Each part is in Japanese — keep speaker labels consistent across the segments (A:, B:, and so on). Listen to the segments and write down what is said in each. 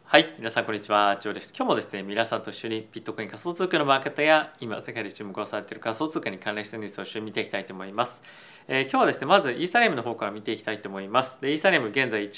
A: はい、皆さんこんにちは、ジョーです。今日もですね、皆さんと一緒にビットコイン仮想通貨のマーケットや今世界で注目をされている仮想通貨に関連したニュースを一緒に見ていきたいと思います。今日はですね、まずイーサリアムの方から見ていきたいと思います。で、イーサリアム現在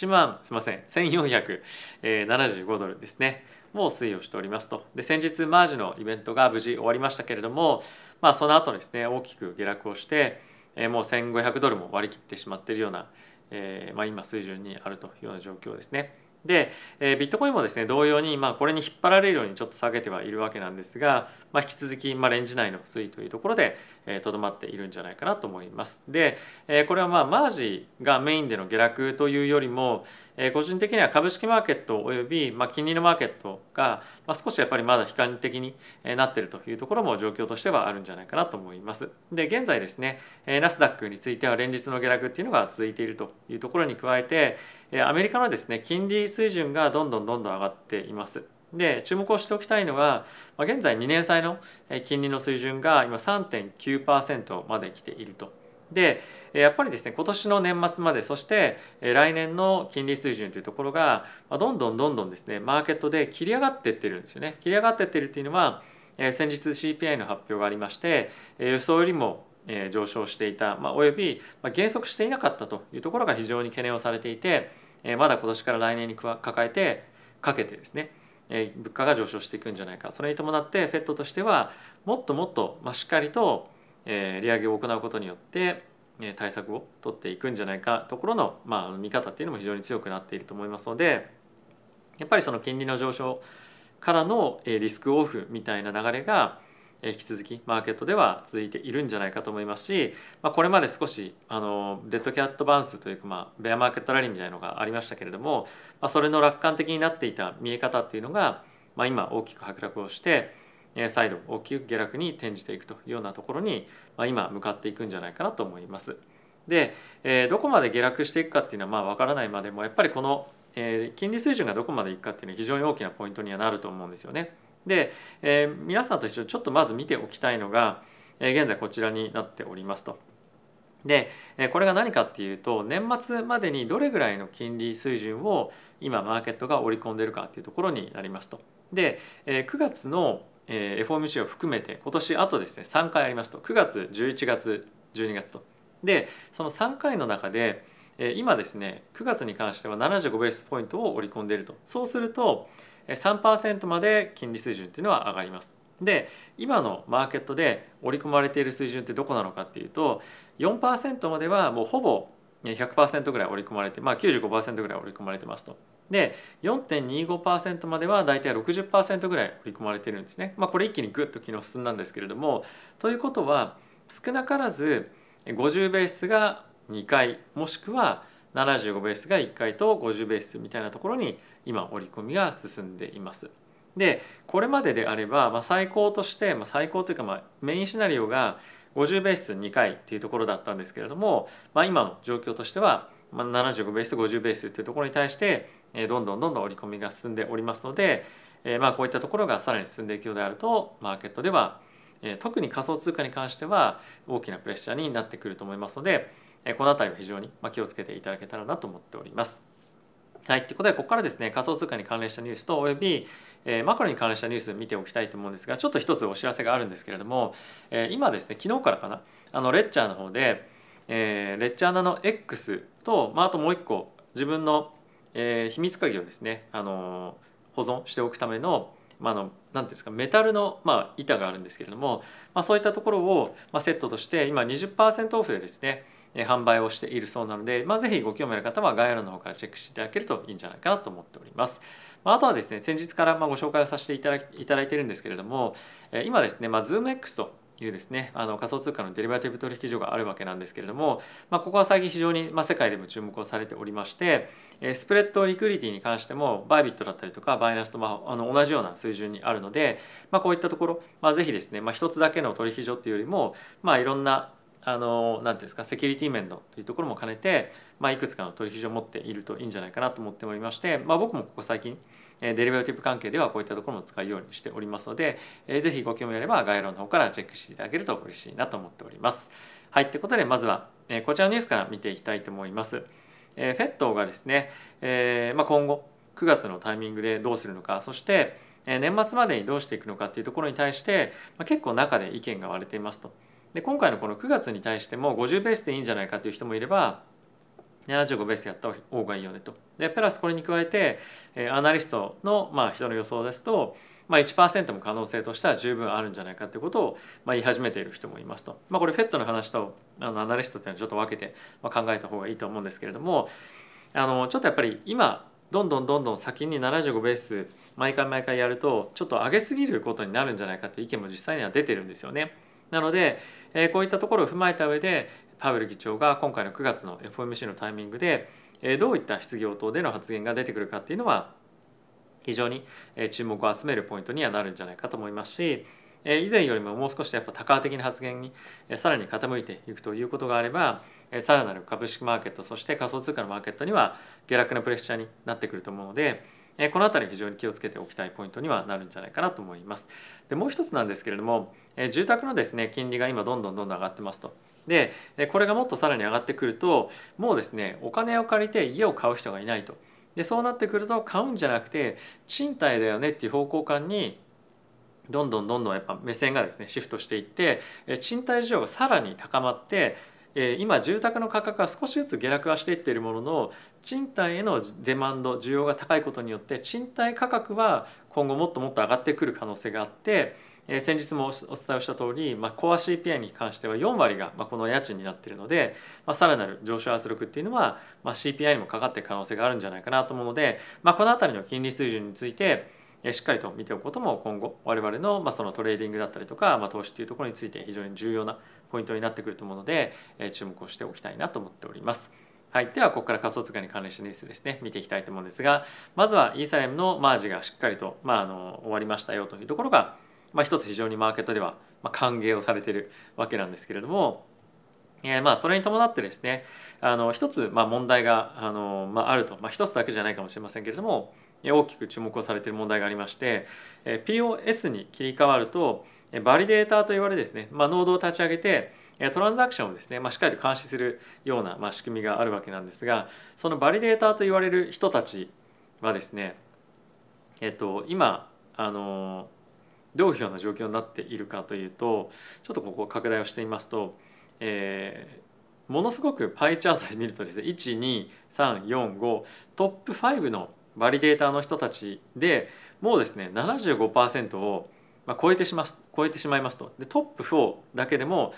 A: 1475ドルですね。もう推移をしておりますと。で、先日マージのイベントが無事終わりましたけれども、その後ですね、大きく下落をして、もう1500ドルも割り切ってしまっているような、今水準にあるというような状況ですね。で、ビットコインもですね同様に、これに引っ張られるようにちょっと下げてはいるわけなんですが、引き続き、レンジ内の推移というところでとどまっているんじゃないかなと思います。で、これはマージがメインでの下落というよりも、個人的には株式マーケットおよび、金利のマーケットが、少しやっぱりまだ悲観的になっているというところも状況としてはあるんじゃないかなと思います。で、現在ですねナスダックについては連日の下落っていうのが続いているというところに加えて、アメリカのですね金利水準がどんどん上がっています。で、注目をしておきたいのが、現在2年債の金利の水準が今 3.9% まで来ていると。で、やっぱりですね今年の年末まで、そして来年の金利水準というところがどんどんですねマーケットで切り上がっていってるんですよね。切り上がっていってるっていうのは、先日 CPI の発表がありまして、予想よりも上昇していた、および減速していなかったというところが非常に懸念をされていて、まだ今年から来年にかけてですね物価が上昇していくんじゃないか。それに伴って FED としてはもっとしっかりと利上げを行うことによって対策を取っていくんじゃないかところの見方っていうのも非常に強くなっていると思いますので、やっぱりその金利の上昇からのリスクオフみたいな流れが引き続きマーケットでは続いているんじゃないかと思いますし、これまで少しデッドキャットバウンスというか、ベアマーケットラリーみたいなのがありましたけれども、それの楽観的になっていた見え方っていうのが、今大きく剥落をして再度大きく下落に転じていくというようなところに、今向かっていくんじゃないかなと思います。で、どこまで下落していくかっていうのは分からないまでも、やっぱりこの金利水準がどこまでいくかっていうのは非常に大きなポイントにはなると思うんですよね。で、皆さんと一緒にちょっとまず見ておきたいのが、現在こちらになっておりますと。で、これが何かっていうと、年末までにどれぐらいの金利水準を今マーケットが織り込んでいるかっていうところになりますと。で、9月の FOMC を含めて今年あとですね3回ありますと。9月、11月、12月と。で、その3回の中で今ですね9月に関しては75ベースポイントを織り込んでいると。そうすると 3% まで金利水準っていうのは上がります。で、今のマーケットで織り込まれている水準ってどこなのかっていうと、 4% まではもうほぼ 100% ぐらい織り込まれて、95% ぐらい織り込まれてますと。で、 4.25% まではだいたい 60% ぐらい織り込まれてるんですね。これ一気にグッと昨日進んだんですけれども、ということは少なからず50ベースが2回、もしくは75ベースが1回と50ベースみたいなところに今織り込みが進んでいます。で、これまでであれば、最高として、最高というか、メインシナリオが50ベース2回っていうところだったんですけれども、今の状況としては、75ベース50ベースっていうところに対してどんどん織り込みが進んでおりますので、こういったところがさらに進んでいくようであると、マーケットでは特に仮想通貨に関しては大きなプレッシャーになってくると思いますので、このあたりは非常に気をつけていただけたらなと思っております。はい、ということでここからですね仮想通貨に関連したニュースとおよびマクロに関連したニュースを見ておきたいと思うんですが、ちょっと一つお知らせがあるんですけれども、今ですね昨日からかな、レッチャーの方で、レッチャーナの X と、あともう一個自分の、秘密鍵をですね保存しておくためのなんていうんですか、メタルの、板があるんですけれども、そういったところを、セットとして今 20% オフでですね販売をしているそうなので、ぜひご興味ある方は概要欄の方からチェックしていただけるといいんじゃないかなと思っております。あとはですね先日からご紹介をさせていただいているんですけれども、今ですね、ZoomX というですね仮想通貨のデリバティブ取引所があるわけなんですけれども、ここは最近非常に世界でも注目をされておりまして、スプレッドリクリティに関してもバイビットだったりとかバイナンスと同じような水準にあるので、こういったところ、ぜひですね一つだけの取引所っていうよりも、いろんななんていうんですか、セキュリティ面のというところも兼ねて、いくつかの取引所を持っているといいんじゃないかなと思っておりまして、僕もここ最近デリバティブ関係ではこういったところも使うようにしておりますので、ぜひご興味あれば概要欄の方からチェックしていただけると嬉しいなと思っております。はい、ということでまずはこちらのニュースから見ていきたいと思います。FED がですね、今後 9月のタイミングでどうするのか、そして年末までにどうしていくのかっていうところに対して結構中で意見が割れていますと。で今回のこの9月に対しても50ベースでいいんじゃないかという人もいれば75ベースやった方がいいよねと。でプラスこれに加えてアナリストの人の予想ですと1% も可能性としては十分あるんじゃないかということを言い始めている人もいますと。これフェットの話とアナリストっていうのはちょっと分けて考えた方がいいと思うんですけれども、ちょっとやっぱり今どんどん先に75ベース毎回やるとちょっと上げすぎることになるんじゃないかという意見も実際には出てるんですよね。なのでこういったところを踏まえた上でパウエル議長が今回の9月の FOMC のタイミングでどういった質疑応答での発言が出てくるかっていうのは非常に注目を集めるポイントにはなるんじゃないかと思いますし、以前よりももう少しやっぱ多角的な発言にさらに傾いていくということがあればさらなる株式マーケットそして仮想通貨のマーケットには下落のプレッシャーになってくると思うので、このあたり非常に気をつけておきたいポイントにはなるんじゃないかなと思います。でもう一つなんですけれども、住宅のですね金利が今どんどん上がってますと。でこれがもっとさらに上がってくるともうですねお金を借りて家を買う人がいないと。でそうなってくると買うんじゃなくて賃貸だよねっていう方向感にどんどんやっぱ目線がですねシフトしていって賃貸需要がさらに高まって今住宅の価格が少しずつ下落はしていっているものの賃貸へのデマンド需要が高いことによって賃貸価格は今後もっと上がってくる可能性があって先日もお伝えをした通りコア CPI に関しては4割がこの家賃になっているのでさらなる上昇圧力っていうのはCPI にもかかっている可能性があるんじゃないかなと思うのでこの辺りの金利水準についてしっかりと見ておくことも今後我々のそのトレーディングだったりとか投資というところについて非常に重要なポイントになってくると思うので注目をしておきたいなと思っております。はい、ではここから仮想通貨に関連したニュースですね見ていきたいと思うんですが、まずはイーサリアムのマージがしっかりと、終わりましたよというところが、一つ非常にマーケットでは歓迎をされているわけなんですけれども、それに伴ってですね一つ問題があると、一つだけじゃないかもしれませんけれども大きく注目をされている問題がありまして POS に切り替わるとバリデーターと言われですね、ノードを立ち上げてトランザクションをですね、しっかりと監視するような仕組みがあるわけなんですが、そのバリデーターと言われる人たちはですね、今どういうような状況になっているかというと、ちょっとここ拡大をしてみますと、ものすごくパイチャートで見るとですね12345トップ5のバリデーターの人たちでもうですね 75% を超えてしまいますと。でトップ4だけでも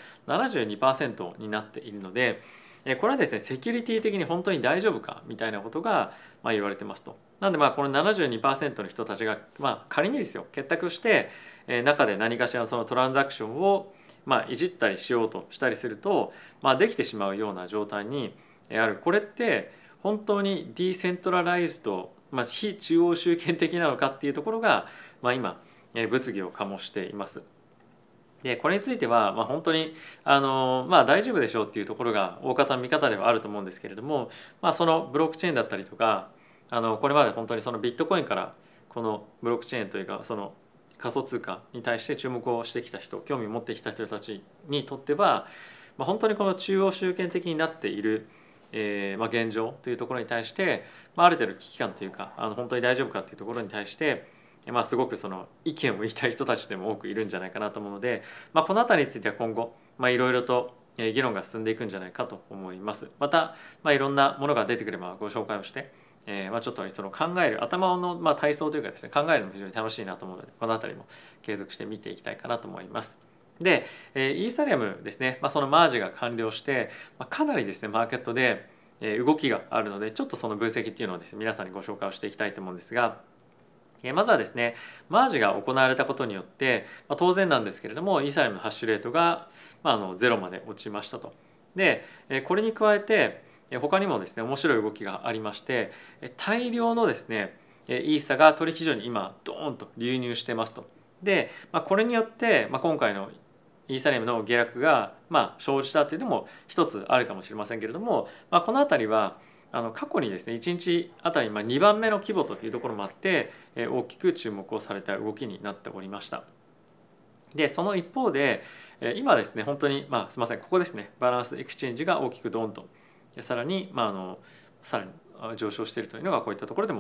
A: 72% になっているのでこれはですねセキュリティ的に本当に大丈夫かみたいなことが言われてますと。なんでこの 72% の人たちが仮にですよ結託して中で何かしらそのトランザクションをいじったりしようとしたりするとできてしまうような状態にある。これって本当にディーセントラライズド非中央集権的なのかっていうところが今物議を醸しています。でこれについては本当に大丈夫でしょうっていうところが大方の見方ではあると思うんですけれども、そのブロックチェーンだったりとかこれまで本当にそのビットコインからこのブロックチェーンというかその仮想通貨に対して注目をしてきた人興味を持ってきた人たちにとっては本当にこの中央集権的になっている現状というところに対してある程度危機感というか本当に大丈夫かというところに対してすごくその意見を言いたい人たちでも多くいるんじゃないかなと思うので、この辺りについては今後いろいろと議論が進んでいくんじゃないかと思います。またいろんなものが出てくればご紹介をしてちょっとその考える頭の体操というかですね考えるのも非常に楽しいなと思うのでこの辺りも継続して見ていきたいかなと思います。でイーサリアムですね、そのマージが完了してかなりですねマーケットで動きがあるのでちょっとその分析っていうのをですね皆さんにご紹介をしていきたいと思うんですが、まずはですねマージが行われたことによって当然なんですけれどもイーサリアムのハッシュレートがゼロまで落ちましたと。でこれに加えて他にもですね面白い動きがありまして大量のですねイーサが取引所に今ドーンと流入してますと。でこれによって今回のイーサリアムの下落が生じたというのも一つあるかもしれませんけれども、この辺りは過去にですね1日あたり2番目の規模というところもあって大きく注目をされた動きになっておりました。でその一方で今ですね本当にすいませんここですねバランスエクスチェンジが大きくドーンとさらにさらに上昇しているというのがこういったところでも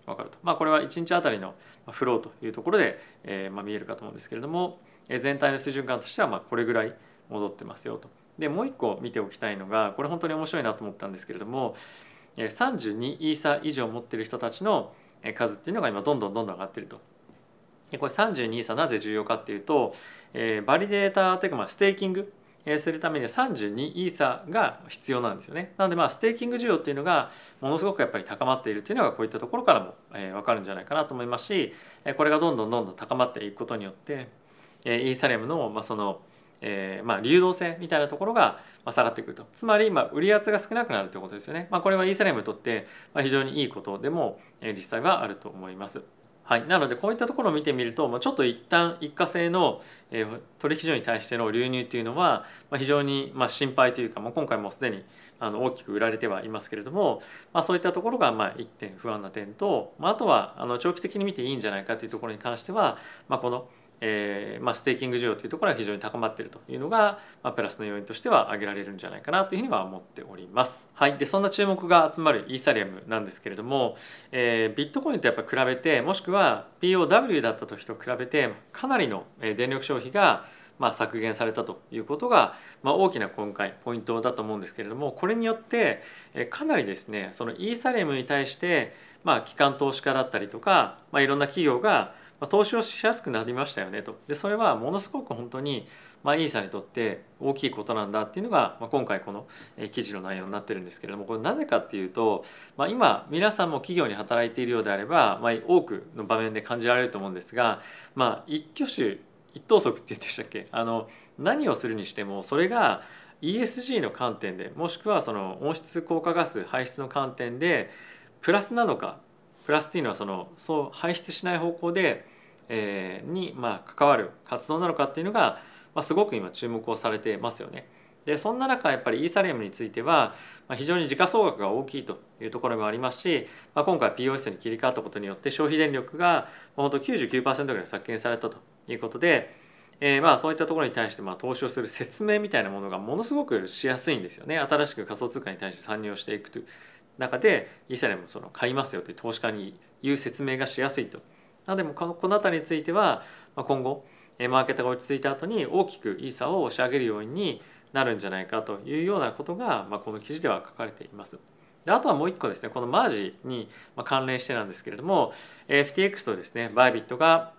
A: 分かると。これは1日あたりのフローというところで見えるかと思うんですけれども、全体の水準感としてはこれぐらい戻ってますよと。でもう一個見ておきたいのが、これ本当に面白いなと思ったんですけれども、32イーサ以上持っている人たちの数っていうのが今どんどん上がっていると。でこれ32イーサなぜ重要かっていうと、バリデータというかステーキングするためには32イーサが必要なんですよね。なのでステーキング需要っていうのがものすごくやっぱり高まっているというのがこういったところからも分かるんじゃないかなと思いますし、これがどんどん高まっていくことによってイーサリアムのその流動性みたいなところが下がってくると。つまり売り圧が少なくなるということですよね。これはイーサリアムにとって非常にいいことでも実際はあると思います。はい、なのでこういったところを見てみるとちょっと一旦一過性の取引所に対しての流入というのは非常に心配というか、今回もすでに大きく売られてはいますけれども、そういったところが一点不安な点と、あとは長期的に見ていいんじゃないかというところに関してはこのステーキング需要というところが非常に高まっているというのが、プラスの要因としては挙げられるんじゃないかなというふうには思っております。はい、でそんな注目が集まるイーサリアムなんですけれども、ビットコインとやっぱ比べて、もしくは POW だった時と比べてかなりの電力消費が削減されたということが大きな今回ポイントだと思うんですけれども、これによってかなりですね、そのイーサリアムに対して機関投資家だったりとかいろんな企業が投資をしやすくなりましたよねと。でそれはものすごく本当にイーサにとって大きいことなんだっていうのが今回この記事の内容になってるんですけれども、これなぜかっていうと今皆さんも企業に働いているようであれば多くの場面で感じられると思うんですが、一挙手一投足って言ってしたっけ、何をするにしてもそれが ESG の観点で、もしくはその温室効果ガス排出の観点でプラスなのか、プラスっていうのはそう排出しない方向でに関わる活動なのかっていうのがすごく今注目をされてますよね。でそんな中やっぱりイーサリアムについては非常に時価総額が大きいというところもありますし、今回 POS に切り替わったことによって消費電力が本当 99% ぐらい削減されたということで、そういったところに対して投資をする説明みたいなものがものすごくしやすいんですよね。新しく仮想通貨に対して参入をしていくという中でイーサリアムを買いますよという投資家に言う説明がしやすいと。なのでこの辺りについては今後マーケットが落ち着いた後に大きくイーサを押し上げるようになるんじゃないかというようなことがこの記事では書かれています。であとはもう一個ですね、このマージに関連してなんですけれども、 FTX とですねバイビットが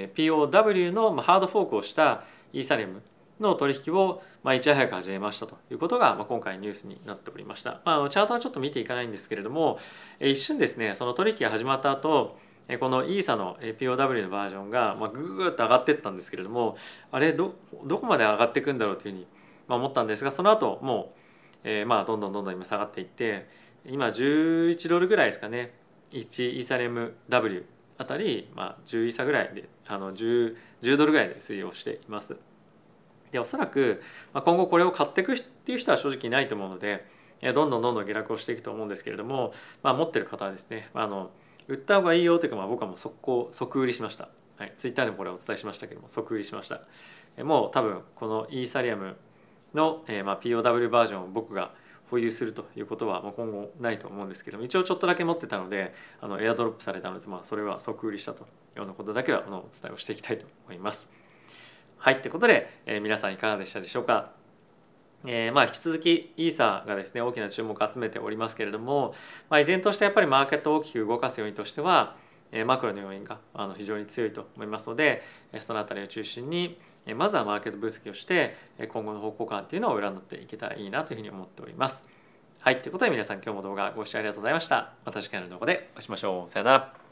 A: POW のハードフォークをしたイーサリアムの取引をいち早く始めましたということが今回ニュースになっておりました。チャートはちょっと見ていかないんですけれども、一瞬ですねその取引が始まった後このイーサの POW のバージョンがぐーっと上がっていったんですけれども、あれどこまで上がっていくんだろうというふうに思ったんですが、その後もうどんどん今下がっていって、今11ドルぐらいですかね、1イーサリアム W あたり10イーサぐらいで10ドルぐらいで推移をしています。でおそらく今後これを買っていくっていう人は正直いないと思うので、どんどん下落をしていくと思うんですけれども、持ってる方はですね売った方がいいよというか、僕はもう即売りしました。はい、ツイッターでもこれお伝えしましたけども即売りしました。もう多分このイーサリアムのPOW バージョンを僕が保有するということは今後ないと思うんですけども、一応ちょっとだけ持ってたのでエアドロップされたので、それは即売りしたというようなことだけはお伝えをしていきたいと思います。はい、ということで、皆さんいかがでしたでしょうか。引き続きイーサがですね大きな注目を集めておりますけれども、依然としてやっぱりマーケットを大きく動かす要因としてはマクロの要因が非常に強いと思いますので、そのあたりを中心にまずはマーケット分析をして今後の方向感っていうのを占っていけたらいいなというふうに思っております。はい、ということで皆さん今日も動画ご視聴ありがとうございました。また次回の動画でお会いしましょう。さよなら。